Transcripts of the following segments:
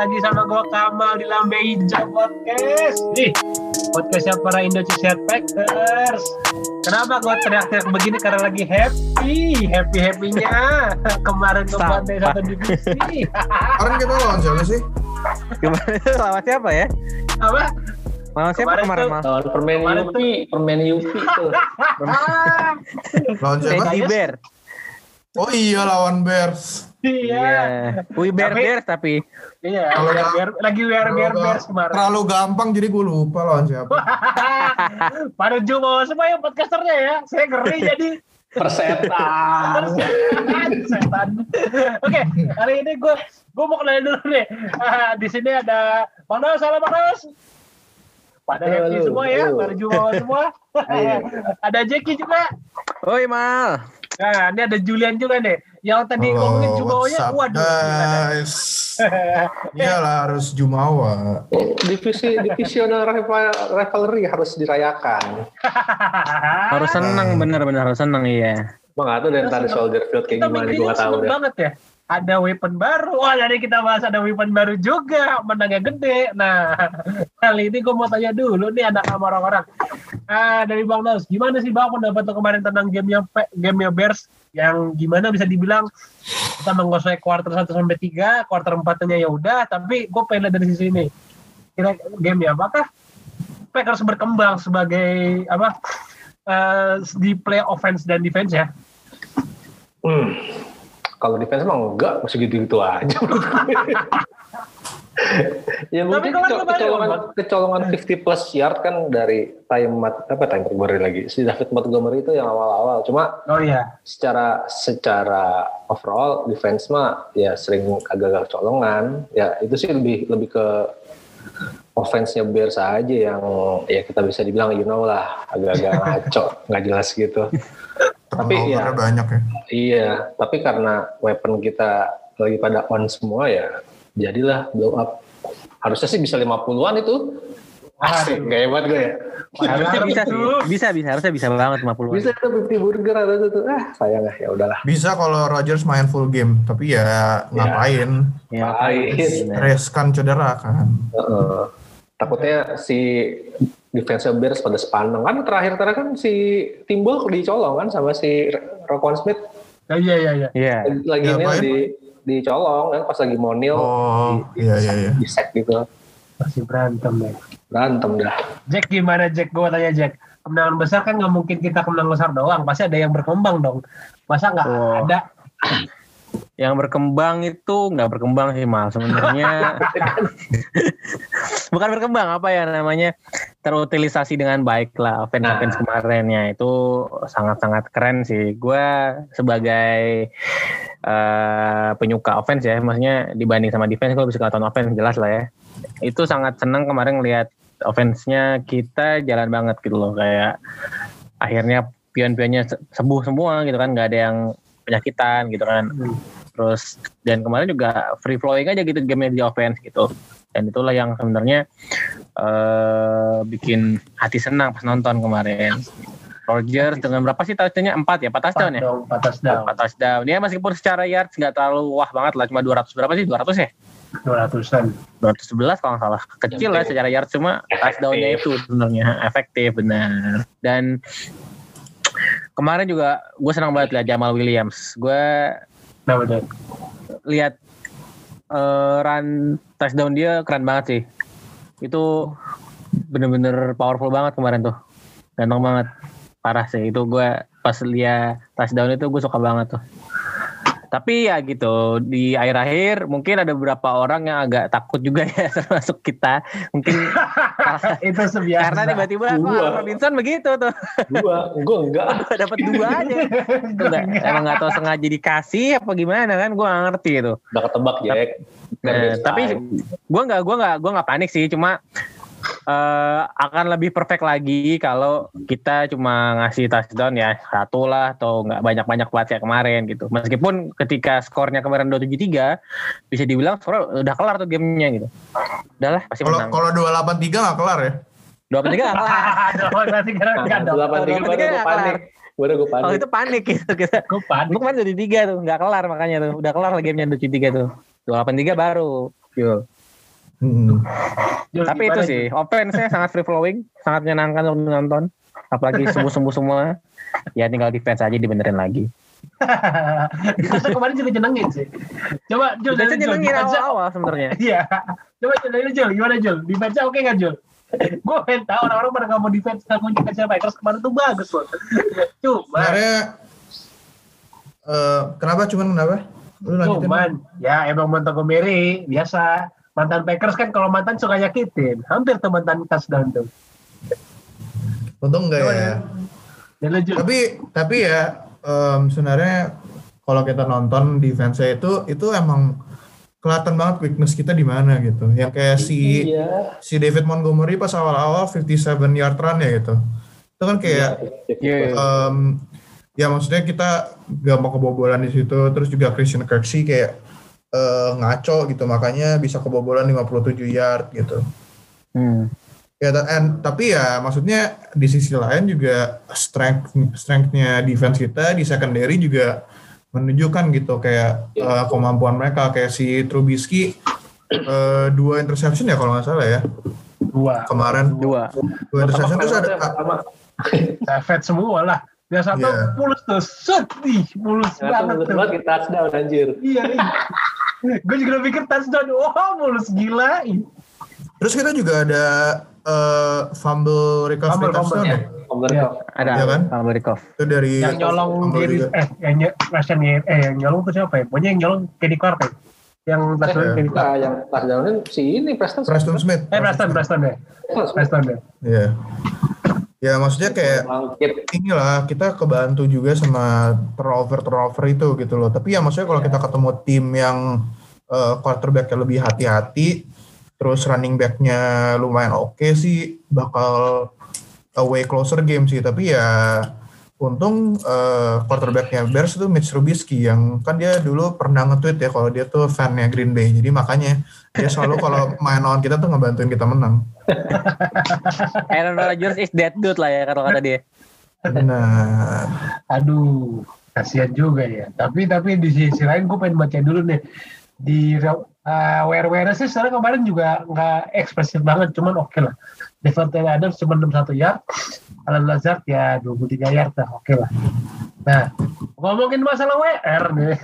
lagi sama gua Kamal di Lambe Hijau Podcast. Nih, podcastnya para Indo Packers. Kenapa gua teriak-teriak begini? Karena lagi happy-nya. Kemarin kebantai satu divisi. Kemarin kita lawan siapa sih? Kemarin lawan siapa ya? Apa? Lawan siapa kemarin? Lawan permen Yupi tuh. Lawan siapa? Teddy Bear. Oh iya, lawan Bears. Iya. Bears tapi. Iya. Kalau lagi Bears kemarin. Terlalu gampang jadi gue lupa lawan siapa. Pada Jumo semua ya podcasternya ya. Saya ngeri jadi Persetan. Oke, hari ini gue mau kenalin dulu nih. Di sini ada Bang Daus, halo Bang Daus. Pada happy semua ya, pada Jumo semua. Ada Jeki juga. Oi Mal. Nah, ini ada Julian juga nih. Yang tadi ngomongin Jumawa-nya, waduh. Guys. Iyalah harus Jumawa. Divisional rivalry harus dirayakan. Harus senang, benar-benar harus senang, iya. Bang nggak tahu dari tadi Soldier Field kayak gimana, gue nggak tahu deh. Banget ya. Ada weapon baru. Wah, jadi kita bahas ada weapon baru juga. Menangnya gede. Nah, kali ini gue mau tanya dulu nih anak sama orang-orang. Dari Bang Daus, gimana sih Bang pendapat lo kemarin tentang gamenya Bears yang gimana bisa dibilang kita menguasai kuarter 1 sampai 3, kuarter 4-nya ya udah, tapi gue pengen lihat dari sisi ini. Kira gamenya apakah Packers berkembang sebagai di play offense dan defense ya? Kalau defense emang enggak, masih gitu-gitu aja. Ya mungkin kecolongan 50 plus yard kan dari time Montgomery lagi. Si David Montgomery itu yang awal-awal. Cuma secara overall defense mah ya sering agak-agak colongan. Ya itu sih lebih ke offense-nya Bears aja yang ya kita bisa dibilang lah agak-agak ngaco, nggak jelas gitu. Tapi ya banyak ya. Iya, tapi karena weapon kita lagi pada on semua ya, jadilah blow up. Harusnya sih bisa 50-an itu. Asik, gak hebat gue ya. Harusnya harusnya bisa banget 50-an. Bisa itu 50 burger atau tuh. Sayang ya udahlah. Bisa kalau Rodgers main full game, tapi ya ngapain? Reskan cedera kan. Takutnya si defense Bears pada sepaneng kan terakhir kan si Timbul dicolong kan sama si Roquan Smith. Iya. Lagi ini dicolong kan pas lagi mau kneel di sack gitu. Masih berantem dah. Jack gimana Jack? Gue tanya Jack. Kemenangan besar kan nggak mungkin kita kemenangan besar doang. Pasti ada yang berkembang dong. Masa nggak ada? Yang berkembang itu nggak berkembang sih Mal sebenarnya. Bukan berkembang terutilisasi dengan baik lah offense kemarinnya itu sangat-sangat keren sih. Gue sebagai penyuka offense ya, maksudnya dibanding sama defense gue bisa nonton offense jelas lah ya. Itu sangat senang kemarin ngelihat offense-nya kita jalan banget gitu loh, kayak akhirnya pion-pionnya sembuh semua gitu kan, nggak ada yang penyakitan gitu kan. Terus dan kemarin juga free flowing aja gitu game-nya di offense gitu. Dan itulah yang sebenarnya bikin hati senang pas nonton kemarin. Rodgers dengan berapa sih touchdown-nya? 4 ya? 4 touchdown ya? 4 touchdown. Dia meskipun secara yards nggak terlalu wah banget lah, cuma 200 berapa sih? 200 ya? 200-an. 211 kalau nggak salah. Kecil lah secara yards, cuma touchdown-nya itu sebenarnya efektif benar. Dan kemarin juga gue senang banget lihat Jamal Williams. Gue lihat run touchdown dia keren banget sih. Itu bener-bener powerful banget kemarin tuh. Ganteng banget. Parah sih. Itu gue pas lihat touchdown itu gue suka banget tuh. Tapi ya gitu, di akhir-akhir mungkin ada beberapa orang yang agak takut juga ya, termasuk kita. Mungkin itu sebiasa. Karena tiba-tiba Robinson begitu tuh. Gue enggak. Dapat 2 aja. Emang nggak tahu sengaja dikasih apa gimana kan? Gue nggak ngerti itu. Udah ketebak Jack. Tapi gue nggak panik sih, cuma akan lebih perfect lagi kalau kita cuma ngasih touchdown ya 1 lah atau nggak banyak-banyak buat kayak kemarin gitu. Meskipun ketika skornya kemarin 273 bisa dibilang skor udah kelar tuh gamenya gitu. Udahlah pasti menang. Kalau 283 nggak kelar ya? 283 nggak kelar. 283 baru gue panik. Oh itu panik gitu. Gue panik. Gue kemarin 273 tuh nggak kelar makanya tuh. Udah kelar gamenya 273 tuh. 283 baru. Yo. Tapi itu sih, offense-nya sangat free flowing, sangat menyenangkan untuk nonton. Apalagi sembuh semua. Ya tinggal defense aja dibenerin lagi. Kita kemarin juga nyenengin sih. Coba Jul, dari nyenengin awal sebenarnya. Iya. Coba dari Jul, gimana Jul? Defense-nya oke nggak Jul? Gue pengen tahu orang-orang pada nggak mau defense, nggak mau defense siapa? Terus kemarin tuh bagus loh. Sebenarnya kenapa? Cuman ya emang Montgomery biasa. Mantan Packers kan kalau mantan suka nyakitin. Hampir tuh mantan touchdown tuh. Untung enggak ya. Tapi ya sebenarnya kalau kita nonton defense-nya itu emang kelihatan banget weakness kita di mana gitu. Yang kayak si David Montgomery pas awal-awal 57 yard run ya gitu. Itu kan kayak ya maksudnya kita gak mau kebobolan di situ. Terus juga Christian Kirksey kayak ngaco gitu, makanya bisa kebobolan 57 yard gitu. Ya, tapi ya maksudnya di sisi lain juga strength-nya defense kita di secondary juga menunjukkan gitu kayak kemampuan mereka, kayak si Trubisky 2 interception ya kalau nggak salah ya. Kemarin 2 interception terus ada Savage semua lah. Dia satu mulus tuh, mulus banget tuh. Kita touchdown anjir. Iya. Gue juga pikir touchdown, mulus gila. Terus kita juga ada fumble recovery touchdown ya? Ada ya kan? Fumble recovery. Itu dari yang nyolong diri yang nyolong itu siapa ya? Pokoknya yang nyolong Kenny Clark ya. Yang touchdown Kenny Clark. Yang touchdown si ini Preston Smith. Preston ya. Iya. Ya maksudnya kayak inilah kita kebantu juga sama turnover itu gitu loh. Tapi ya maksudnya kalau kita ketemu tim yang quarterback-nya lebih hati-hati, terus running back-nya lumayan oke sih, bakal way closer game sih. Tapi ya untung quarterback-nya Bears itu Mitch Trubisky yang kan dia dulu pernah nge-tweet ya kalau dia tuh fan-nya Green Bay. Jadi makanya dia selalu kalau main lawan kita tuh ngebantuin kita menang. Aaron Rodgers is that dude lah ya kata dia. Benar. Aduh, kasihan juga ya. Tapi di sisi lain gue pengen baca dulu nih. Di WR sih sebenarnya kemarin juga nggak ekspresif banget, cuman oke lah. Devontae Adams cuma 61 yard, Allen Lazard ya 23 yard lah, oke lah. Nah, ngomongin masalah WR nih,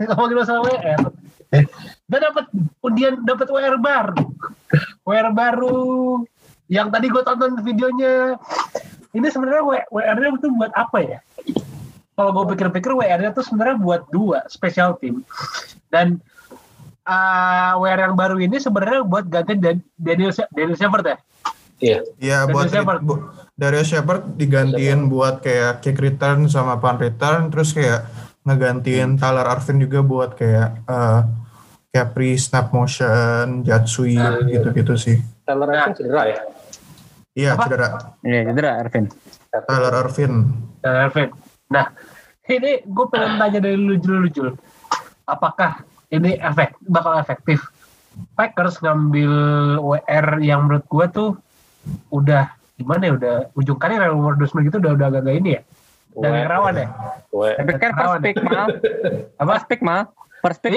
dia dapat WR baru. WR baru yang tadi gue tonton videonya. Ini sebenarnya WR-nya itu buat apa ya? Kalau gue pikir-pikir WR-nya itu sebenarnya buat 2 special team. Dan WR yang baru ini sebenarnya buat ganti Daniel Shepard ya? Iya buat Darius Shepard digantiin buat kayak kick return sama punt return, terus kayak ngegantiin Tyler Ervin juga buat kayak pre-snap motion, jet sweep gitu-gitu sih. Tyler Ervin cedera ya? Iya cedera. Iya cedera Ervin. Tyler Ervin. Nah ini gue pengen tanya dari lu Jul. Apakah ini bakal efektif? Packers ngambil WR yang menurut gue tuh udah gimana ya, udah ujung karir umur 29 gitu udah agak ini ya. Udah rawan ya. Tapi kan first pick.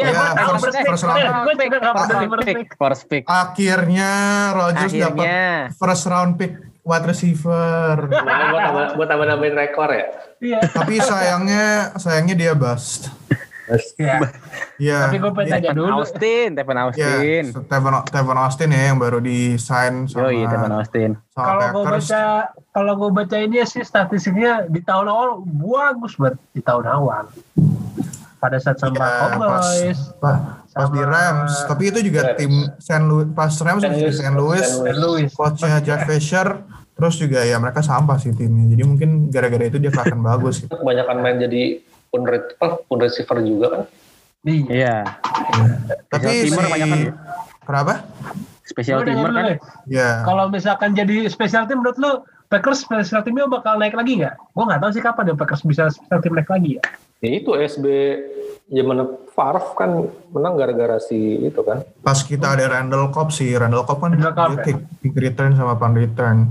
First pick. Akhirnya Rodgers dapat first round pick wide receiver. Buat tambah-nambahin rekor ya. Iya. Tapi sayangnya dia bust. Ya. Tapi gue pengen tanya dulu. Tevin Austin. Tevin Austin ya yang baru di-sign sama. Tevin Austin. Kalau gue baca ini sih statistiknya di tahun awal bagus banget di tahun awal. Pada saat sama Cowboys. Pas di Rams. Tapi itu juga tim St. Louis. Pas Rams di St. Louis. Coachnya Jeff Fisher. Terus juga ya mereka sampah sih timnya. Jadi mungkin gara-gara itu dia kelihatan bagus. Kebanyakan main jadi pun receiver juga kan. Iya. Tapi timer banyak kan. Kenapa? Special teamer kan. Iya. Kalau misalkan jadi special team menurut lu Packers special teamnya bakal naik lagi nggak? Gue nggak tahu sih kapan ya Packers bisa special team naik lagi ya. Ya itu SB zaman Favre kan menang gara-gara si itu kan. Pas kita ada Randall Cobb kan dia kick return sama punt return.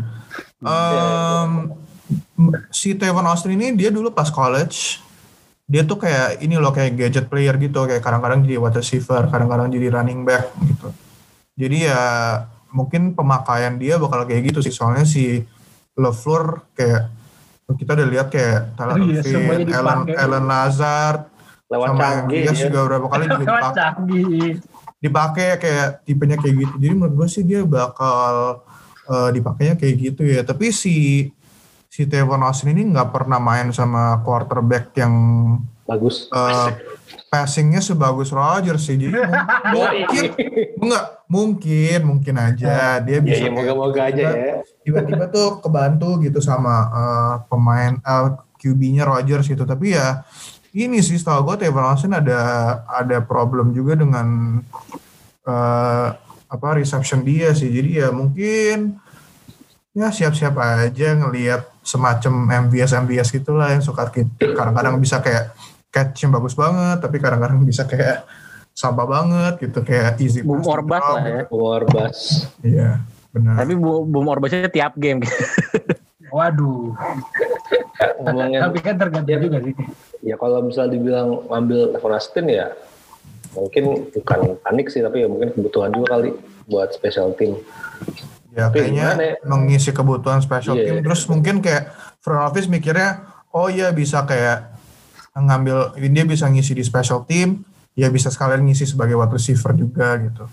Si Tevin Austin ini dia dulu pas college dia tuh kayak ini loh kayak gadget player gitu, kayak kadang-kadang jadi wide receiver, kadang-kadang jadi running back gitu. Jadi ya mungkin pemakaian dia bakal kayak gitu sih. Soalnya si LeFleur kayak kita udah lihat kayak Tyler Irving, Allen Lazard, lewat sama Diaz juga beberapa kali juga dipakai kayak tipenya kayak gitu. Jadi menurut gue sih dia bakal dipakainya kayak gitu ya. Tapi si Tavon Austin ini nggak pernah main sama quarterback yang bagus. Passingnya sebagus Rodgers sih, jadi mungkin aja dia bisa. Moga-moga aja ya. Tiba-tiba tuh kebantu gitu sama pemain QB-nya Rodgers gitu. Tapi ya ini sih setahu gue Tavon Austin ada problem juga dengan reception dia sih. Jadi ya mungkin ya siap-siap aja ngelihat semacam MVS gitulah yang suka kadang-kadang bisa kayak catch yang bagus banget, tapi kadang-kadang bisa kayak sampah banget gitu, kayak easy boom or bust lah ya. Boom or bust. Iya, benar. Tapi boom or bustnya tiap game. Waduh. Tapi kan tergantung juga sih. Ya kalau misalnya dibilang ngambil Tavon Austin ya, mungkin bukan panik sih, tapi ya mungkin kebutuhan juga kali buat special team. Ya tapi kayaknya mengisi kebutuhan special team, terus mungkin kayak front office mikirnya, oh iya bisa kayak dia bisa ngisi di special team, ya bisa sekalian ngisi sebagai wide receiver juga gitu.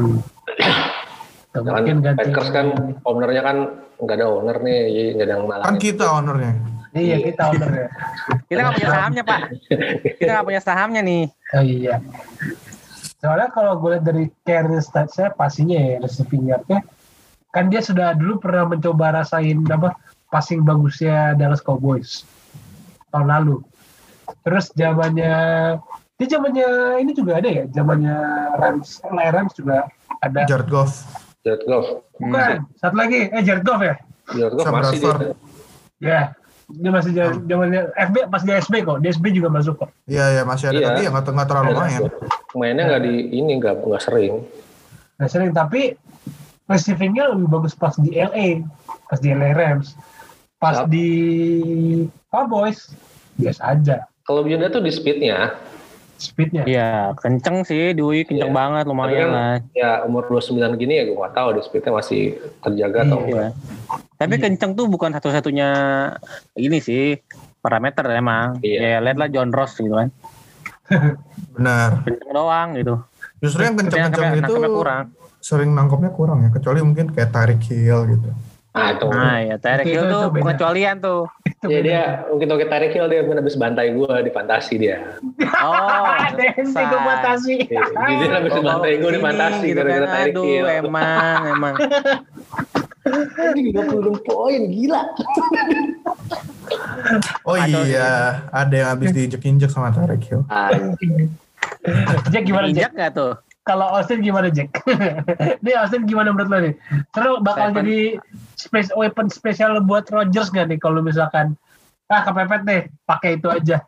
Mungkin Packers kan ownernya kan nggak ada owner nih, jadi nggak ada yang malah. Kan kita ownernya. Iya kita ownernya. Kita nggak punya sahamnya Pak. Kita nggak punya sahamnya nih. Oh iya. Soalnya kalau gue lihat dari career stats-nya pastinya ya receiving yard-nya, kan dia sudah dulu pernah mencoba rasain passing bagusnya Dallas Cowboys tahun lalu. Terus zamannya ini juga ada ya, zamannya Rams juga ada. Jared Goff. Bukan, satu lagi, Jared Goff ya? Jared Goff masih dia. Ya, dia masih zamannya FB, pas di SB kok, di SB juga masuk kok. Iya masih ada, tapi ya nggak terlalu main. Mainnya nggak sering. Nggak sering, tapi receivingnya lebih bagus pas di LA Rams, pas di Cowboys biasa aja. Kalau dia tuh di speednya. Iya, kenceng sih, Dwi kenceng banget, lumayan lah. Ya umur 29 gini ya gue nggak tahu di speednya masih terjaga atau enggak. Tapi kenceng tuh bukan satu-satunya ini sih parameter emang. Ya lihatlah John Ross gitu kan. Benar. Kenceng doang gitu. Justru yang kenceng-kenceng itu sering nangkepnya kurang ya, kecuali mungkin kayak Tyreek Hill gitu. Ya Tyreek Hill tuh pengecualian tuh. Ya dia mungkin Tyreek Hill dia habis bantai gue di fantasi dia. Oh, Dempsey gue fantasi. Dia habis bantai gue di fantasi gara-gara Tyreek Hill. Emang. Ini 36 poin gila. Oh iya, ada yang habis diinjek-injek sama Tyreek Hill. Jack gimana Jack? Injek nggak tuh? Kalau Austin gimana Jack? Nih Austin gimana menurut lo nih? Terus bakal jadi weapon spesial buat Rodgers gak nih kalau misalkan kepepet deh pakai itu aja?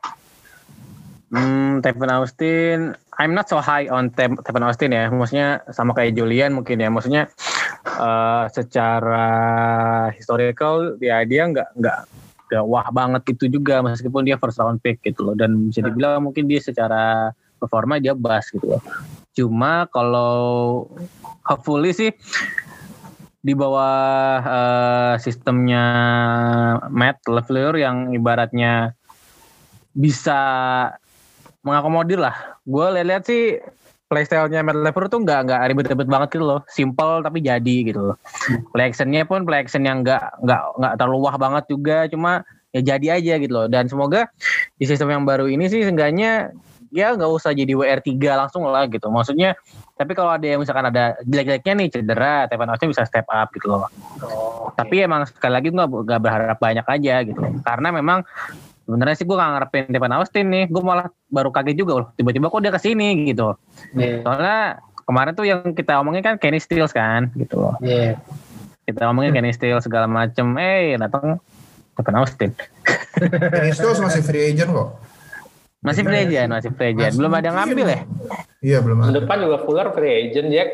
Tavon Austin, I'm not so high on Tavon Austin ya. Maksudnya sama kayak Julian mungkin ya. Maksudnya secara historical dia nggak wah banget itu juga meskipun dia first round pick gitu loh. Dan bisa dibilang mungkin dia secara performa dia bust gitu loh. Cuma kalau hopefully sih di bawah sistemnya Matt LaFleur yang ibaratnya bisa mengakomodir lah. Gue lihat sih playstyle-nya Matt LaFleur tuh nggak ribet-ribet banget gitu loh, simple tapi jadi gitu loh. Play action-nya pun play action yang nggak terlalu wah banget juga, cuma ya jadi aja gitu loh. Dan semoga di sistem yang baru ini sih seenggaknya ya nggak usah jadi WR3 langsung lah gitu. Maksudnya, tapi kalau ada yang misalkan ada jelek-jeleknya nih cedera, Tavon Austin bisa step up gitu loh. Tapi emang sekali lagi nggak berharap banyak aja gitu. Karena memang sebenarnya sih gue nggak ngarepin Tavon Austin nih. Gue malah baru kaget juga loh. Tiba-tiba kok dia kesini gitu. Soalnya kemarin tuh yang kita omongin kan Kenny Stills kan gitu loh. Kita omongin Kenny Stills segala macem. Datang Tavon Austin. Kenny Stills masih free agent kok. Masih free agent. Belum ada ngambil ya? Iya, belum ada. Depan juga Fuller free agent, Jack.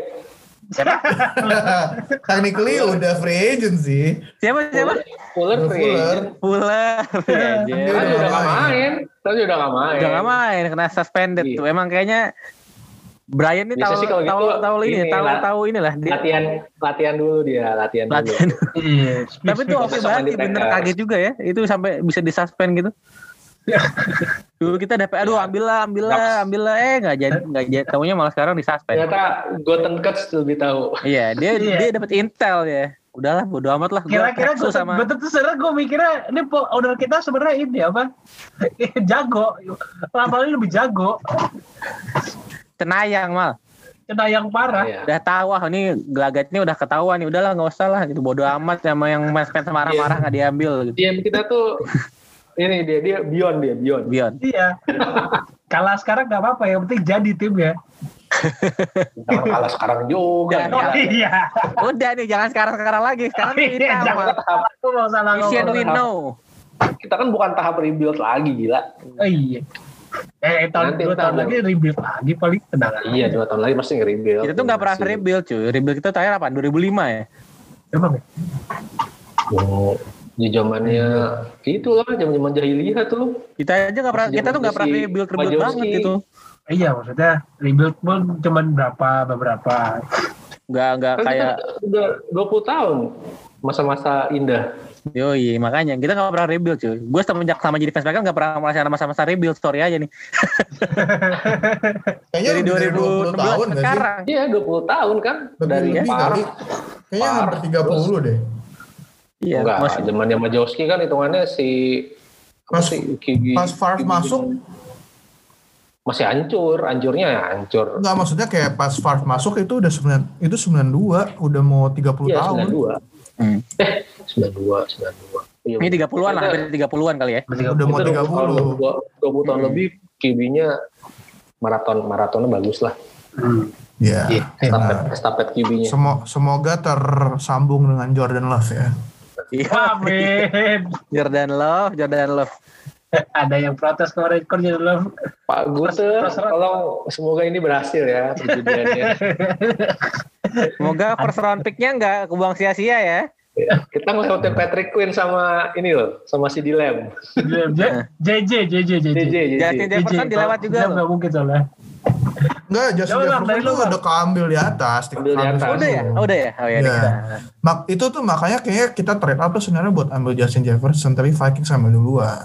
Technically udah free agent sih. Siapa? Fuller free agent. Free agent. Udah nggak main. Udah nggak main. Kena suspended tuh. Emang kayaknya Brian ini tahu inilah latihan dulu. Tapi itu oke banget, bener kaget juga ya. Itu sampai bisa disuspend gitu. Dulu kita dapat ambillah nggak jadi tahunya malah sekarang disuspend. Ternyata Goten Cuts lebih tahu. Iya, dia dapat intel ya. Udahlah bodo amat lah. Kira-kira gue tuh sebenarnya gue mikirnya ini owner kita sebenarnya ini apa? Jago. Lama-lama lebih jago. Cenayang Cenayang parah. Iya. Udah tahu ini gelagatnya udah ketahuan nih. Udahlah nggak usah lah gitu. Bodo amat sama yang fans marah-marah nggak diambil gitu. Game kita tuh ini dia beyond. Iya. Kalah sekarang nggak apa-apa, yang penting jadi tim ya. Jangan kalah sekarang juga. Iya. Udah nih, jangan sekarang lagi. Sekarang kita mau salah ngomong. Kita kan bukan tahap rebuild lagi, gila. Oh iya. Tahun 2 tahun lagi rebuild lagi paling tenang. Iya, 2 tahun lagi pasti nge-rebuild. Kita tuh nggak pernah rebuild cuy. Rebuild kita terakhir apa? 2005 ya. Emang ya? Di zamannya itulah zaman jahiliyah tuh. Kita aja nggak pernah. Kita tuh nggak pernah rebuild banget gitu. Iya, maksudnya rebuild pun cuman beberapa. Nggak kan kayak udah 20 tahun masa-masa indah. Yoi, makanya kita nggak pernah rebuild cuy. Gue semenjak sama jadi fans mereka nggak pernah merasakan masa-masa rebuild, story aja nih. Kayaknya dari 2016 tahun sekarang. Iya, 20 tahun kan. Dari kali. Kayaknya hampir 30 deh. Iya, enggak, zamannya Majowski kan hitungannya pas Favre masuk masih hancurnya hancur. Enggak, maksudnya kayak pas Favre masuk itu udah 92, udah mau 30 tahun. 92. Ini 30-an lah, hampir 30-an kali ya. Udah mau 30. 20 tahun lebih QB-nya maratonnya bagus lah. Iya. Estafet QB-nya. Semoga tersambung dengan Jordan Love ya. Amin. Jordan Love. Ada yang protes kemarin Jordan Love. Pak Gute, tolong semoga ini berhasil ya perjudiannya. Semoga first round pick-nya nggak kebuang sia-sia ya. Kita ngelewatin Patrick Quinn sama ini loh, sama si Dilem. JJ. Justin Jefferson dilewat juga. Nggak mungkin soalnya. Enggak, Justin Jefferson itu udah keambil di atas. Ambil di atas. Udah ya? Oh ya. Itu tuh makanya kayaknya kita trade up tuh sebenarnya buat ambil Justin Jefferson, tapi Vikings ambil duluan.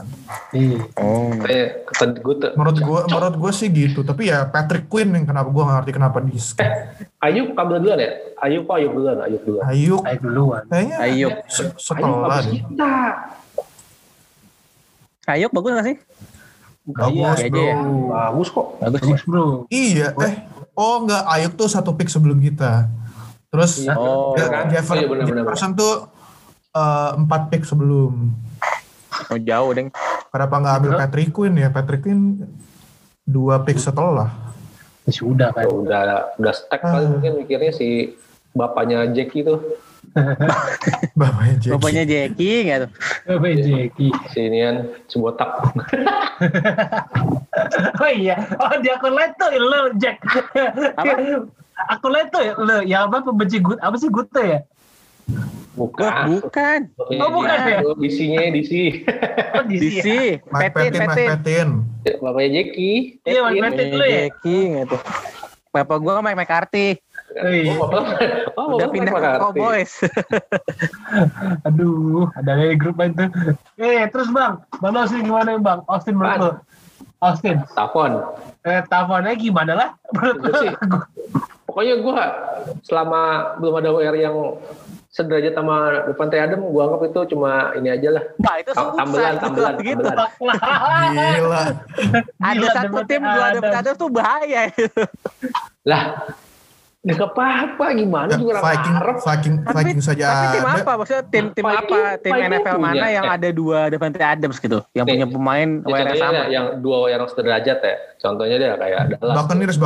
Menurut gue sih gitu. Tapi ya Patrick Quinn yang kenapa gue nggak ngerti kenapa di skip. Ayuk ambil duluan ya? Ayuk duluan. Ayuk duluan. Kayaknya Ayuk setelah deh. Ayuk bagus nggak sih? Bagus bro. Ya. Bagus bro. Iya. Enggak, Ayuk tuh 1 pick sebelum kita. Terus Jefferson tuh 4 pick sebelum. Oh jauh deng. Kenapa nggak ambil Patrick Quinn ya? Patrick Quinn 2 pick setelah. Sudah kan. Udah stack kali mungkin mikirnya si bapaknya Jackie tuh. Bapaknya Jackie nggak tuh? Bapaknya Jackie. Sinian Cibotak. Oh iya. Oh di akun lain tuh lo Jack. Apa? Akun lain tuh lo yang apa pembenci apa sih Gute ya? Bukan. Oh bukan ya? DC. DC. Petin. Bapaknya Jackie. Iya, Petin lo ya. Jackie nggak tuh? Bapak gue Mike McCarthy. Udah pindah ke Cowboys. Aduh, ada dari grup itu. Terus Bang Austin gimana Bang? Austin menurut lo? Austin. Tafonnya gimana lah? Pokoknya gue selama belum ada WR yang sederajat sama Devante Adams, gue anggap itu cuma ini aja lah. Nah, itu tambelan. Gila. Ada satu tim 2 Devante Adams tuh bahaya. Lah, nggak apa-apa gimana juga Viking saja. Tapi tim apa? Maksudnya tim apa? Tim NFL mana yang ada 2 Devante Adams gitu? Yang punya pemain WR sama? Yang 2 WR sederajat ya. Contohnya dia kayak Buccaneers.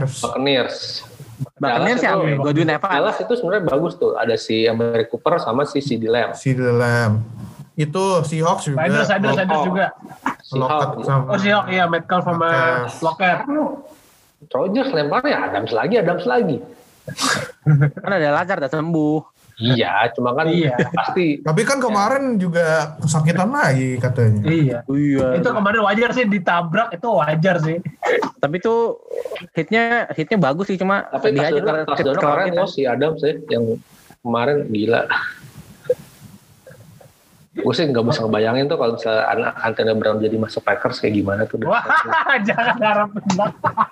Bahkan siapa? Godwin Evans. Dallas itu sebenarnya bagus tuh. Ada si Amari Cooper sama si CD Lamb. Itu Seahawks juga. Sanders juga. Seahawks. Seahawks iya, Metcalf sama Lockett. Rodgers lemparnya Adams lagi. Kan ada Lazard udah sembuh. Iya, cuma kan pasti. Tapi kan kemarin juga kesakitan lagi katanya. Iya. Itu kemarin wajar sih ditabrak, itu wajar sih. Tapi itu hitnya bagus sih, cuma tapi dia aja kemarin si Adam sih yang kemarin gila. Gue sih nggak bisa ngebayangin tuh kalau misalnya Antonio Brown jadi masuk Packers kayak gimana tuh. Wah, jangan harap benar.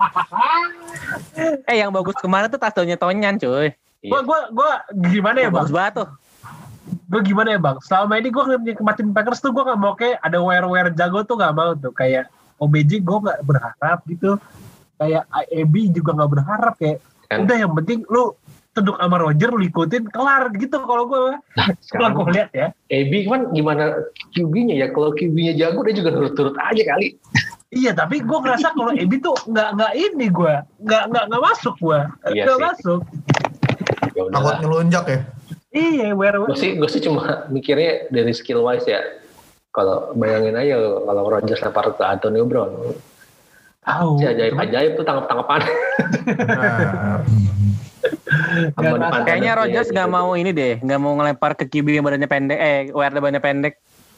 Yang bagus kemarin tuh touchdown-nya Tonyan, cuy. Gue gimana ya, Bang? Bagus banget tuh. Gue gimana ya, Bang? Selama ini gue nikmatin Packers tuh gue nggak mau kayak ada wear jago tuh, nggak mau tuh. Kayak OBJ gue nggak berharap gitu. Kayak AB juga nggak berharap kayak. Udah yang penting lu tunduk sama Roger, lu ikutin, kelar gitu kalau gue. Kalau gue lihat ya. AB kan gimana QB-nya ya? Kalau QB-nya jago, dia juga turut-turut aja kali. Iya, tapi gue ngerasa kalau AB tuh nggak ini gue, nggak masuk gue, nggak masuk. Takut ngelunjak ya? Iya, gue sih cuma mikirnya dari skill wise ya. Kalau bayangin aja kalau Rodgers lempar ke Antonio Brown. Si ajaib tuh tangkap-tangkapan. Kayaknya Rodgers nggak mau ini deh, nggak mau ngelempar ke QB yang badannya pendek, WR badannya pendek.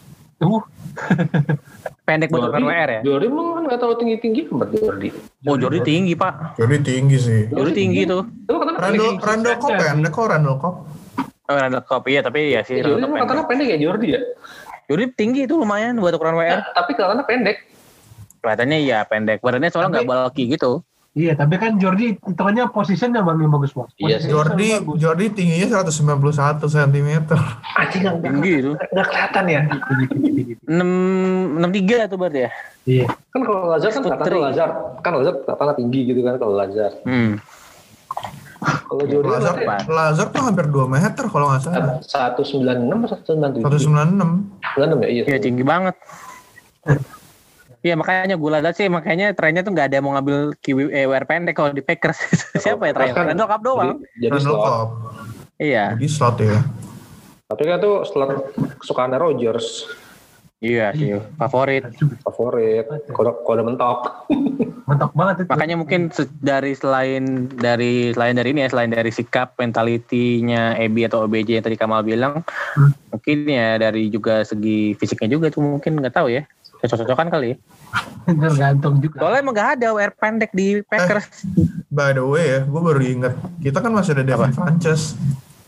Pendek buat ukuran WR ya. Jordi emang kan nggak terlalu tinggi amat Jordi. Jordi tinggi pak. Jordi tinggi sih. Jordi tinggi tuh. Randall Cobb pendek kok Randall Cobb. Randall Cobb iya tapi ya sih. Jordi emang katanya pendek ya Jordi ya. Jordi tinggi itu lumayan buat ukuran WR. Tapi katanya pendek. Kelihatannya iya pendek. Badannya soalnya nggak bulky gitu. Iya, tapi kan Jordi hitungannya posisinya Bang yang bagus banget. Iya, Jordi tingginya 191 cm. Anjing enggak tinggi itu. Enggak kelihatan ya. 63 itu berarti ya. Iya. Kan kalau Lazar kan katanya tinggi gitu kan kalau Lazar. Kalau Jordi Lazar tuh hampir 2 meter kalau nggak salah. 196 atau 197? 196 ya, iya. Iya tinggi banget. Iya makanya gue lihat sih makanya trennya tuh nggak ada yang mau ngambil WR pendek kalau di Packers. Siapa ya trennya? Randall Cobb doang. Jadi slot. Iya. Jadi slot ya. Tapi kan tuh slot kesukaan Rodgers. Iya sih favorit. Kode mentok. Mentok banget itu. Makanya mungkin selain dari sikap mentalitinya Ebi atau OBJ yang tadi Kamal bilang, mungkin ya dari juga segi fisiknya juga tuh mungkin nggak tahu ya. Cocok-cocokan kali ya. Tergantung juga. Soalnya emang gak ada WR pendek di Packers. By the way ya, gue baru inget. Kita kan masih ada Devin Funchess.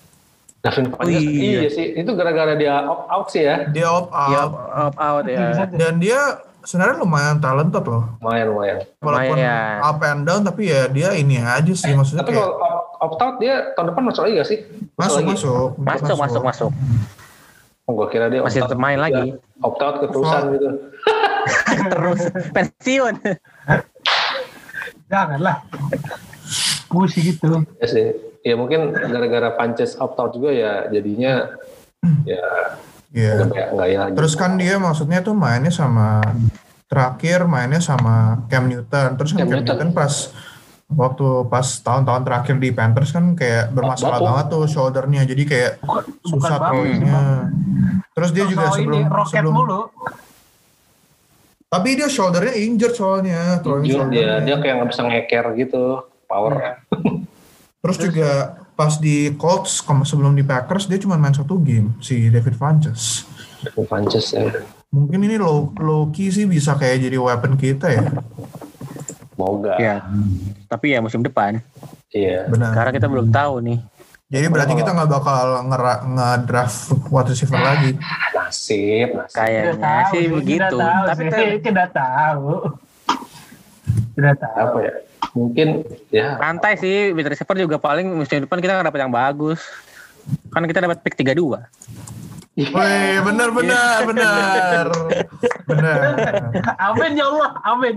Iya sih. Itu gara-gara dia opt-out sih ya. Dia opt-out ya. Dan dia sebenarnya lumayan talented loh. Lumayan. Walaupun up and down, tapi ya dia ini aja sih. Maksudnya tapi kalau opt-out dia tahun depan masuk lagi gak sih? Masuk. Gue kira dia masih tetap main lagi. Opt-out keterusan gitu. Terus pensiun. Janganlah. Gue sih gitu. Ya sih. Ya mungkin gara-gara Funchess opt-out juga ya jadinya ya. Iya. Terus kan dia maksudnya tuh mainnya sama Cam Newton. Terus kan Cam Newton pas tahun-tahun terakhir di Panthers kan kayak bermasalah banget tuh shouldernya, jadi kayak susah throwingnya. Terus dia juga sebelum mulu. Tapi dia shouldernya injured soalnya, dia kayak nggak bisa ngeker gitu, power. Terus juga pas di Colts sebelum di Packers dia cuma main 1 game si David Funchess ya. Mungkin ini low key sih bisa kayak jadi weapon kita ya. Semoga. Ya. Tapi ya musim depan. Iya. Benar. Karena kita belum tahu nih. Jadi berarti kita nggak bakal nge-draft wide receiver lagi. Nasib. Kayaknya sih begitu. Tapi tidak tahu. Apa ya? Mungkin ya. Santai sih, wide receiver juga paling musim depan kita nggak dapat yang bagus. Kan kita dapat pick 32. Wih, benar. Amin ya Allah,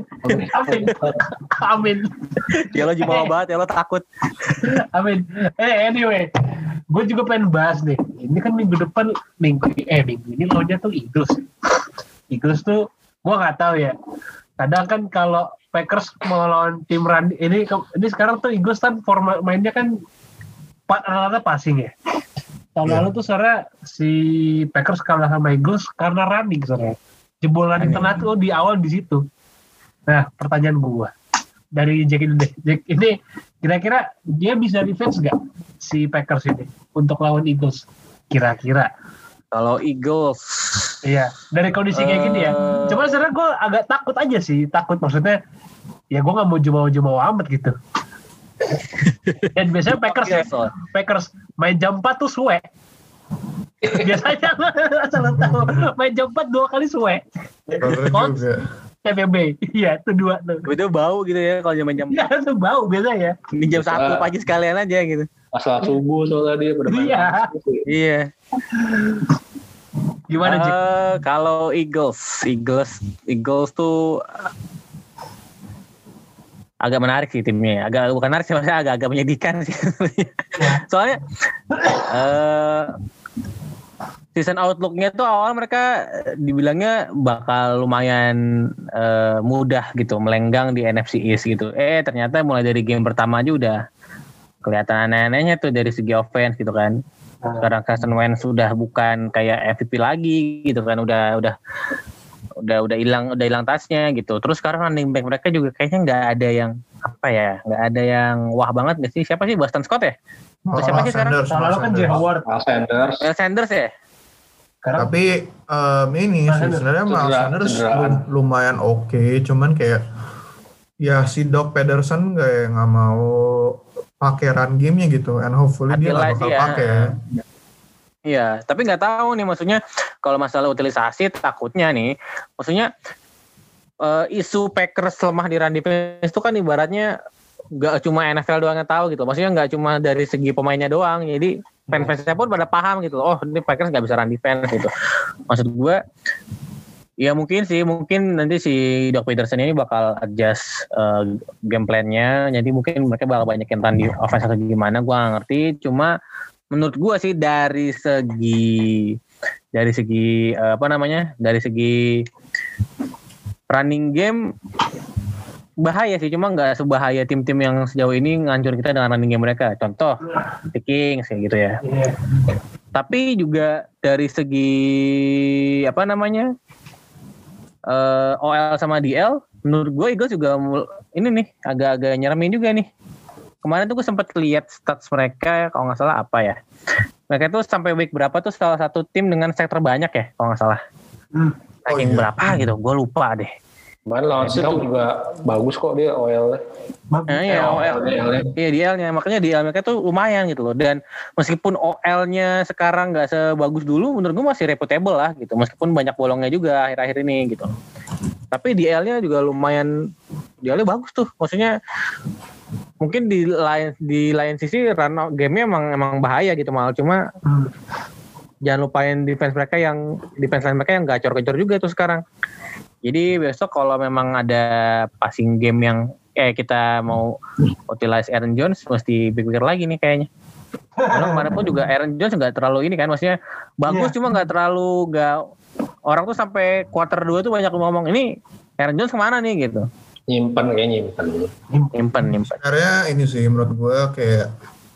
amin. Ya lo jumawa banget, ya lo takut. Amin. Anyway, gue juga pengen bahas nih. Ini kan minggu depan, minggu ini lawannya tuh Eagles. Eagles tuh, gue nggak tahu ya. Kadang kan kalau Packers mau lawan tim run ini sekarang tuh Eagles kan format mainnya kan rata-rata passing ya. Tahun lalu tuh sebenarnya si Packers kalah sama Eagles karena running sebenarnya. Jebol running tengah tuh di awal di situ. Nah, pertanyaan gua dari Jack ini kira-kira dia bisa defense nggak si Packers ini? untuk lawan Eagles? Kira-kira. Kalau Eagles. Iya, dari kondisi kayak gini ya. Cuma sebenarnya gue agak takut aja sih. Takut maksudnya, ya gue gak mau jumawa amat gitu. Dan biasanya Packers ya. Packers main jam 4 tuh suwe. Biasanya asal tahu main jam 4 2 kali suwe. Colts, TPB, iya itu 2 tuh. Itu bau gitu ya kalau jam. Iya itu bau biasa ya. Di jam 1 pagi sekalian aja gitu. Asal subuh soalnya dia pada main. Iya. Gimana Jik? Kalau Eagles tuh agak menarik sih timnya. Bukan menarik sih, maksudnya agak menyedihkan sih. Soalnya season outlook-nya tuh awal mereka dibilangnya bakal lumayan mudah gitu, melenggang di NFC East gitu. Ternyata mulai dari game pertama aja udah kelihatan aneh-anehnya tuh dari segi offense gitu kan. Sekarang Carson Wentz sudah bukan kayak MVP lagi gitu kan, udah hilang tasnya gitu. Terus sekarang running back mereka juga kayaknya nggak ada yang wah banget nggak sih? Siapa sih, Boston Scott ya? Siapa sih sekarang? Lalu kan Jay Howard, Sanders ya. Sekarang, tapi ini sih sebenarnya Miles Sanders lumayan oke, cuman kayak ya si Doug Pederson nggak mau pakai run game-nya gitu, and hopefully dia nggak bakal pakai. Iya, tapi nggak tahu nih, maksudnya kalau masalah utilisasi takutnya nih, maksudnya isu Packers lemah di run defense itu kan ibaratnya nggak cuma NFL doang yang tahu gitu, maksudnya nggak cuma dari segi pemainnya doang, jadi fans-fansnya pun pada paham gitu, oh ini Packers nggak bisa run defense gitu. Maksud gue, ya mungkin nanti si Doug Peterson ini bakal adjust game plan-nya, jadi mungkin mereka bakal banyak yang run di offense atau gimana, gue nggak ngerti. Cuma menurut gue sih dari segi running game bahaya sih, cuma nggak sebahaya tim-tim yang sejauh ini ngancurin kita dengan running game mereka. Contoh The Kings kayak gitu ya. Tapi juga dari segi OL sama DL, menurut gue Eagles juga ini nih agak-agak nyeremin juga nih. Kemarin tuh gue sempat lihat stats mereka, kalau nggak salah apa ya. Mereka tuh sampai week berapa tuh salah satu tim dengan sack terbanyak ya, kalau nggak salah. Ranking berapa gitu, gue lupa deh. Kemarin Lansir tuh juga bagus kok dia OL-nya. Iya, OL-nya. Iya, DL-nya. Makanya DL mereka tuh lumayan gitu loh. Dan meskipun OL-nya sekarang nggak sebagus dulu, menurut gue masih reputable lah gitu. Meskipun banyak bolongnya juga akhir-akhir ini gitu. Tapi DL-nya juga lumayan, DL-nya bagus tuh. Maksudnya mungkin di lain sisi run game-nya emang bahaya gitu malah. Cuma jangan lupain defense line mereka yang gacor-gacor juga tuh sekarang. Jadi besok kalau memang ada passing game yang kita mau utilize Aaron Jones, mesti pikir lagi nih kayaknya. Karena kemarin pun juga Aaron Jones nggak terlalu ini kan, maksudnya bagus cuma nggak orang tuh sampai quarter 2 tuh banyak ngomong ini Aaron Jones kemana nih gitu. Nyimpen. Sebenarnya ini sih menurut gue kayak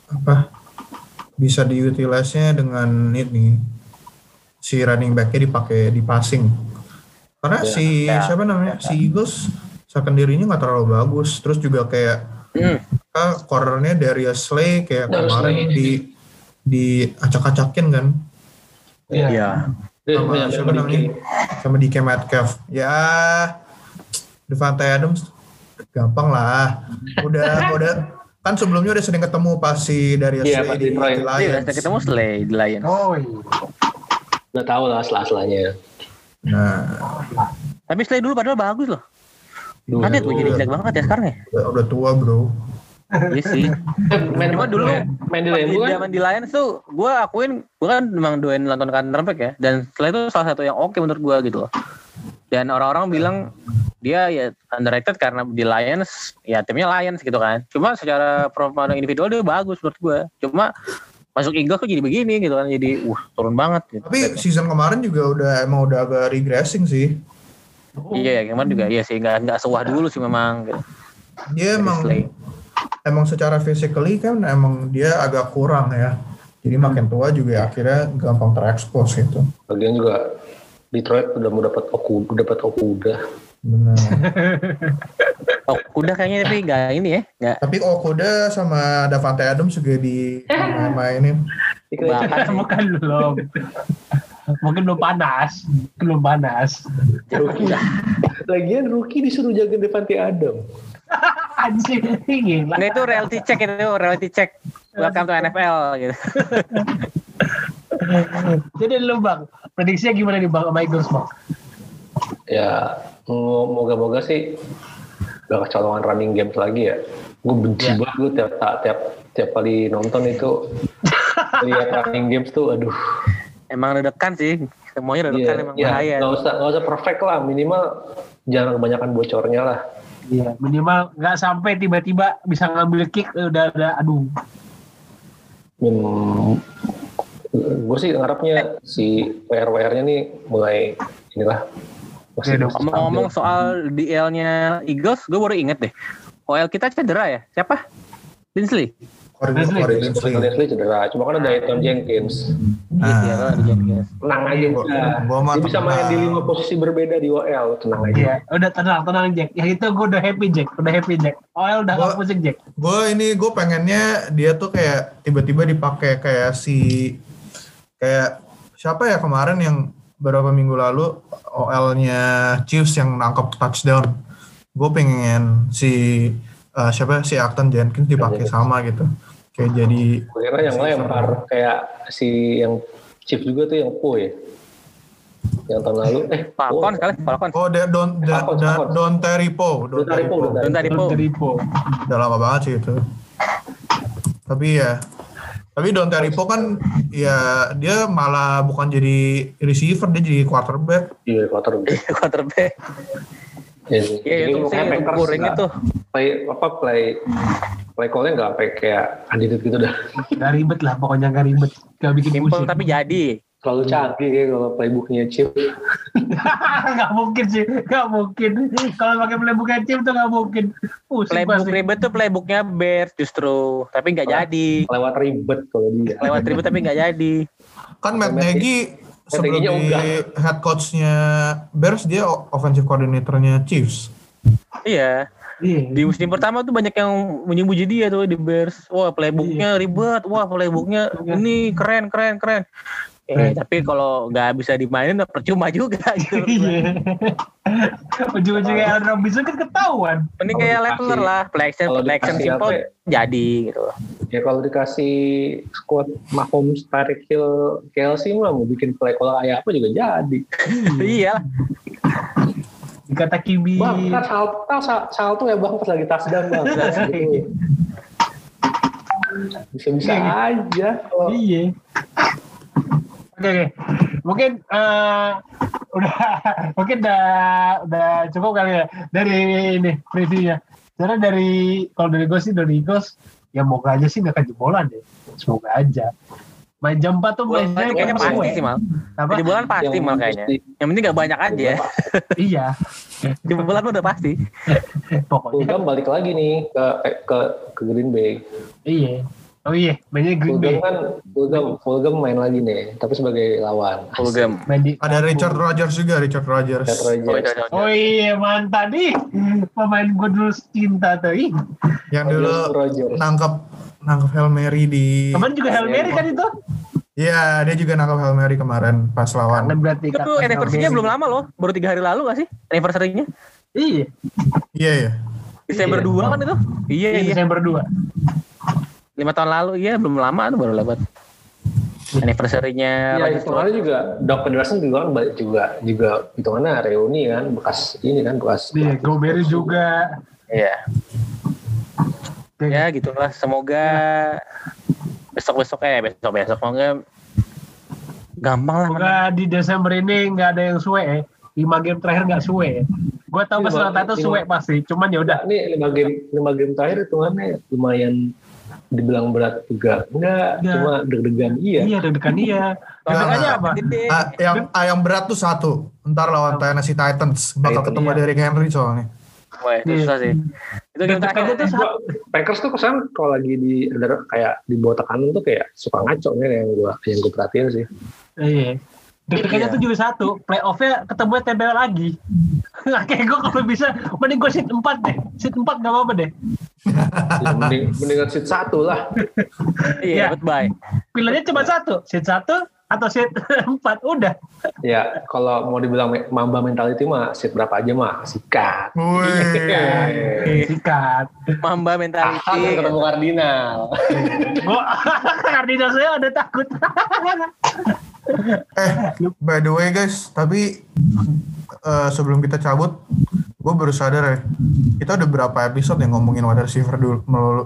bisa diutilize-nya dengan ini si running back-nya dipakai di passing. Karena si Eagles secondary-nya nggak terlalu bagus, terus juga kayak cornernya Darius Slay kayak kemarin di acak-acakin kan. Iya. Sama DK Metcalf. Ya Devante Adams gampang lah. Udah kan sebelumnya udah sering ketemu pas si Darius Slay di Lions. Iya, ketemu Slay di Lions. Oh iya. Udah tahu lah asal-asalnya. Nah, tapi Slay dulu padahal bagus loh. Kaget gue jadi jelek banget ya sekarang ya. Udah tua bro. Iya sih. Cuma dulu main di Lions tuh gue akuin, gue kan memang doain nonton quarterback ya. Dan Slay itu salah satu yang oke menurut gue gitu loh. Dan orang-orang bilang dia ya underrated karena di Lions, ya timnya Lions gitu kan. Cuma secara performa individual dia bagus menurut gue. Cuma masuk Eagles kok jadi begini gitu kan, jadi turun banget gitu. Tapi season kemarin juga udah agak regressing sih. Iya, kemarin juga iya sih, nggak sewah dulu sih memang gitu. Dia emang secara physically kan emang dia agak kurang ya. Jadi makin tua juga akhirnya gampang terekspos gitu. Lagian juga Detroit udah mau dapat Okuda. Benar. Okuda kayaknya tapi nggak ini ya. Nggak. Tapi Okuda sama Davante Adams juga di mainin. Bukan belum. Mungkin belum panas. Lagian Rookie disuruh jaga Devante Adam. Anjing, gila. Nah itu reality check. Welcome to NFL gitu. Jadi lu Bang, prediksinya gimana nih Bang sama Eagles Bang? Ya, moga-moga sih gak kecolongan running games lagi ya. Gue benci banget gue tiap kali nonton itu lihat running games tuh, aduh. Emang deg-degan sih, semuanya deg-degan emang bahaya. Gak usah perfect lah, minimal jangan kebanyakan bocornya lah. Iya, minimal nggak sampai tiba-tiba bisa ngambil kick udah aduh. Gue sih ngarepnya si WR-WR-nya nih mulai inilah. Ngomong-ngomong soal DL-nya Eagles, gue baru inget deh. OL kita cedera ya? Siapa? Linsley Linsley cedera, cuma kan ada Elgton Jenkins. Iya, ada Jenkins. Tenang aja, dia bisa main di 5 posisi berbeda di OL, tenang aja. Iya, udah tenang Jack. Yang itu gue udah happy Jack. OL udah gak pusing Jack. Gue pengennya dia tuh kayak tiba-tiba dipakai kayak siapa ya kemarin yang beberapa minggu lalu OL-nya Chiefs yang nangkep touchdown. Gue pengen si Elgton Jenkins dipakai sama gitu. Kayak jadi kira yang lempar kayak si yang Chief juga tuh yang ya. Yang tahun lalu Falcon. Oh, Don Terripo. Udah lama banget sih itu. Tapi Don Terripo kan ya dia malah bukan jadi receiver, dia jadi quarterback. Iya, quarterback. Iya, itu kuring itu. Play call-nya nggak sampai kayak Adidit gitu dah. Nggak ribet lah, pokoknya nggak ribet. Nggak bikin simpel tapi jadi. Terlalu canggih ya kalau playbooknya Chip. Nggak mungkin sih, nggak mungkin. Kalau pakai playbooknya Chip tuh nggak mungkin. Playbook ribet tuh playbooknya Bears justru, tapi nggak jadi. Lewat ribet kalau dia. Lewat ribet tapi nggak jadi. Kan Matt Nagy sebelum di head coach-nya Bears dia offensive coordinator-nya Chiefs. Iya. Di musim pertama tuh banyak yang menyebut dia tuh di Bears. Wah, playbooknya ribet. Wah, playbooknya ini keren. Tapi kalau nggak bisa dimainin percuma juga gitu. Ujung-ujungnya Allen Robinson kan ketahuan. Ini kayak Leffler lah, play action simple jadi gitu. Ya kalau dikasih squad Mahomes, Tyreek Hill, Kelsey mah mau bikin play call kayak apa juga jadi. Iya. Dikata Kibi. Bang, kan Sal tuh ya bang pas lagi touchdown bang. Bisa-bisa aja. Iya. Oke. Mungkin udah cukup kali ya dari ini previewnya. Karena kalau dari gue sih dari Eagles ya moga aja sih nggak kejebolan deh. Semoga aja. Main jam 4 tuh mainnya kayaknya pasti sih mal. Jebolan pasti mal kayaknya. Yang penting nggak banyak aja. Iya. Jebolan udah pasti. Pokoknya Fulgham balik lagi nih ke Green Bay. Iya. Oh iya, mainnya Green Bay. Fulgham main lagi nih, tapi sebagai lawan. Fulgham. Ada Richard Rodgers juga, Oh iya, mantap nih. Pemain gue dulu cinta tuh. Yang dulu nangkep Hail Mary di... Kemarin juga Hail Mary kan itu? Iya, dia juga nangkep Hail Mary kemarin pas lawan. Itu anniversary-nya belum lama loh, baru 3 hari lalu gak sih anniversary-nya? Iya. Desember 2 kan itu? Iya. Desember 2. 5 tahun lalu, iya belum lama tuh baru lewat anniversary-nya. Iya, kemarin juga Doc Pederson juga kan balik juga hitungannya reuni kan, bekas. Iya, Go Berry juga. Iya. Ya gitulah, semoga besok semoga gampang lah. Semoga di Desember ini nggak ada yang suwe ya. 5 game terakhir nggak suwe. Gue tahu pas rata itu suwe pasti. Cuman ya udah. Ini 5 game terakhir hitungannya lumayan dibilang berat juga. Enggak. Cuma deg-degan iya. Iya, deg-degan iya. Deg-degannya apa? Yang berat tuh satu. Ntar lawan Tennessee Titans. Bakal ketemu Derrick Henry soalnya. Wah, itu susah sih. Itu game terakhir tuh Packers tuh kesan kalau lagi kayak di bawah tekanan tuh kayak suka ngaco nih yang gue perhatiin sih. Iya. Deg-degannya tuh juga satu, playoff-nya ketemu TBL lagi. Kayak gue kalau bisa, mending gue seat 4 deh. Seat 4 gak apa-apa deh. Ya, mendingan seat 1 lah. Iya, goodbye. Pilihannya cuma satu, seat 1 atau seat 4, udah. Ya, kalau mau dibilang Mamba mentality mah seat berapa aja mah, sikat. Sikat. Mamba mentality. Ketemu Kardinal. Kardinal saya ada takut. By the way guys, tapi sebelum kita cabut, gue baru sadar ya, kita udah berapa episode yang ngomongin wide receiver dulu melulu.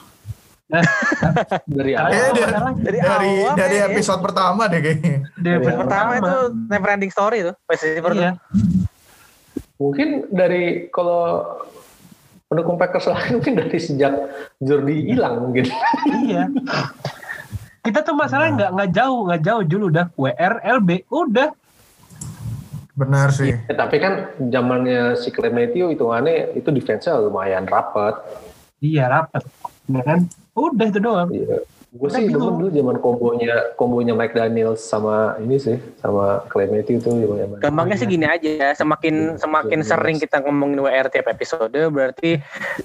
Dari episode pertama deh kayaknya. Dari episode pertama itu never ending story tuh, receiver tuh. Mungkin dari kalau pendukung Packers lain mungkin dari sejak Jordi hilang mungkin. Iya. Kita tuh masalahnya nggak jauh dulu udah WR LB udah. Benar sih. Ya, tapi kan zamannya si Clay Matthew hitungannya itu defense-nya lumayan rapat. Iya rapat, ya kan? Udah itu doang. Iya. Gue sih demen dulu zaman kombonya Mike Daniels sama ini sih, sama Clay Matthew tuh. Gampangnya sih gini aja, semakin sering kita ngomongin WR tiap episode, berarti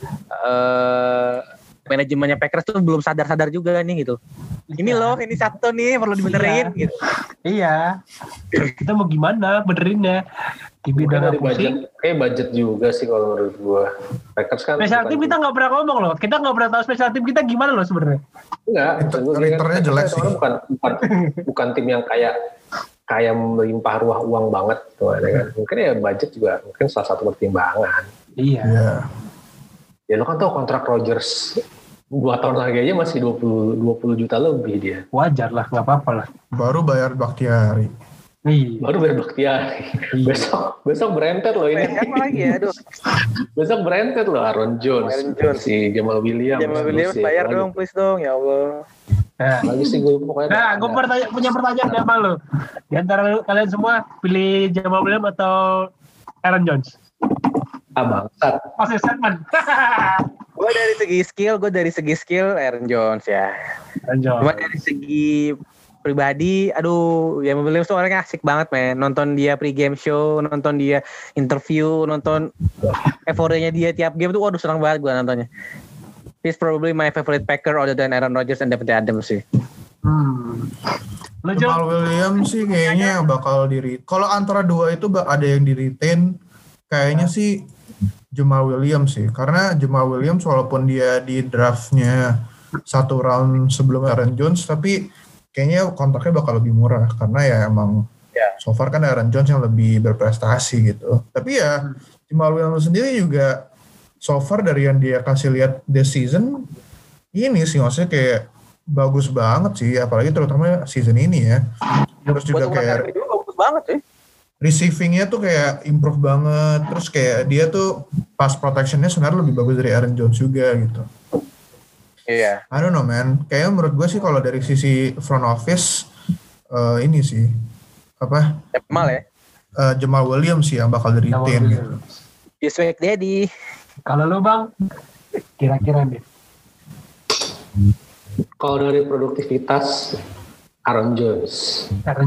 manajemennya Packers tuh belum sadar juga nih gitu. Ini loh, ini satu nih perlu dibenerin gitu. Iya. Kita mau gimana benerinnya? Mungkin dari budget juga sih kalau menurut gue. Packers kan special team kita nggak pernah ngomong loh. Kita nggak pernah tahu special team kita gimana loh sebenarnya. Enggak. Returnnya jelek sih. Bukan tim yang kayak melimpah ruah uang banget tuh, kan. Mungkin ya budget juga mungkin salah satu pertimbangan. Iya. Ya lo kan tau kontrak Rodgers 2 tahun lagi aja masih 20 juta lebih dia. Wajar lah, nggak apa-apa lah. Baru bayar Bakhtiari. Baru bayar Bakhtiari. Besok berentet loh ini. Apa lagi ya, aduh. Besok berentet loh Aaron Jones. Si Jamal Williams. Bayar dong, please dong, ya Allah. Lagi sih gue pokoknya. Nah, gue punya pertanyaan sama lo. Di antara kalian semua pilih Jamal Williams atau Aaron Jones? Bangsat. Masih statement. Gue dari segi skill Aaron Jones ya. Cuma dari segi pribadi, aduh, ya Williams tuh orangnya asik banget men. Nonton dia pre-game show, nonton dia interview, nonton euforianya dia tiap game tuh, waduh senang banget gue nontonnya. He's probably my favorite Packer other than Aaron Rodgers and Davante Adams sih. Jamal Williams sih kayaknya bakal kalau antara dua itu ada yang di-retain, kayaknya sih Jamal Williams sih. Karena Jamal Williams walaupun dia di draftnya 1 round sebelum Aaron Jones, tapi kayaknya kontraknya bakal lebih murah. Karena ya emang so far kan Aaron Jones yang lebih berprestasi gitu. Tapi ya Jamal Williams sendiri juga so far dari yang dia kasih lihat this season, ini sih maksudnya kayak bagus banget sih. Apalagi terutama season ini ya. Terus juga kayak bagus banget sih. Receivingnya tuh kayak improve banget, terus kayak dia tuh pass protectionnya sebenarnya lebih bagus dari Aaron Jones juga gitu. Iya. I don't know man, kayaknya menurut gue sih kalau dari sisi front office ini sih apa? Jamal Williams sih yang bakal di-retain gitu. Yes, Sweet Daddy. Kalau lo bang, kira-kira nih? Kalau dari produktivitas Aaron Jones.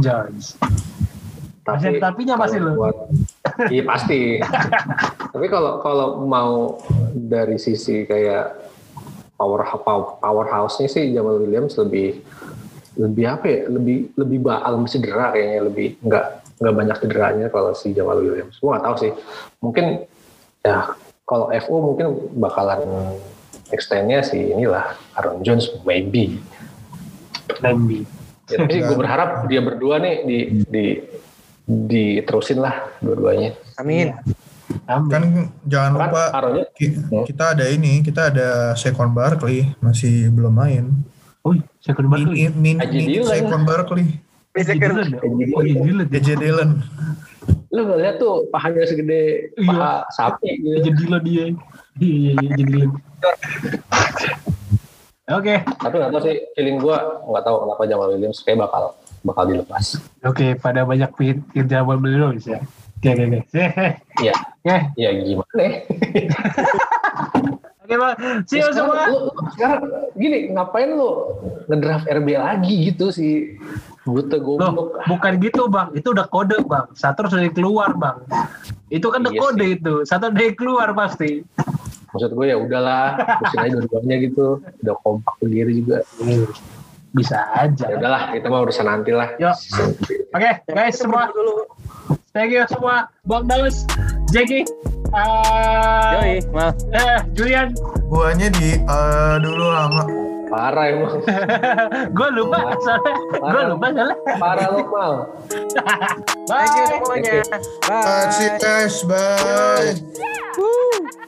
Tapinya masih lo. Iya pasti. Tapi kalau mau dari sisi kayak powerhouse-nya sih Jamal Williams lebih apa ya? Lebih alam cedera kayaknya, lebih nggak banyak cederanya kalau si Jamal Williams. Gua nggak tahu sih. Mungkin ya kalau FO mungkin bakalan extend-nya si inilah Aaron Jones maybe. Ya, tapi gue berharap dia berdua nih diterusin lah dua-duanya. Amin. Kan jangan lupa kita ada Saquon Barkley masih belum main. Oh, Saquon Barkley. Saquon Barkley. AJ Dillon. Lu gak lihat tuh pahanya segede paha sapi gitu. AJ Dillon dia. Iya, AJ Dillon. Oke. Tapi nggak tahu sih, feeling gue nggak tahu kenapa Jamal Williams kayak bakal dilepas. Oke, pada banyak pikir Jamal Williams ya. Oke. Iya. Ya gimana? Oke bang, see you semua. Sekarang gini, ngapain lu ngedraft RB lagi gitu sih? Buta goblok. Bukan gitu bang, itu udah kode bang. Satu sudah keluar bang. Itu kan udah kode sih. Itu. Satu udah keluar pasti. Maksud gue ya udahlah, terusin aja dua-duanya gitu. Udah kompak sendiri juga. Bisa aja. Ya udahlah, kita mah urusan nanti lah. Yuk. Oke, guys semua. Thank you semua. Bang Daus, Jeki, Yoi, Mal. Julian. Guanya di dulu lama. Parah emang. Gue lupa soalnya. Parah lo Mal. Thank you semuanya. Bye. Bye. Bye.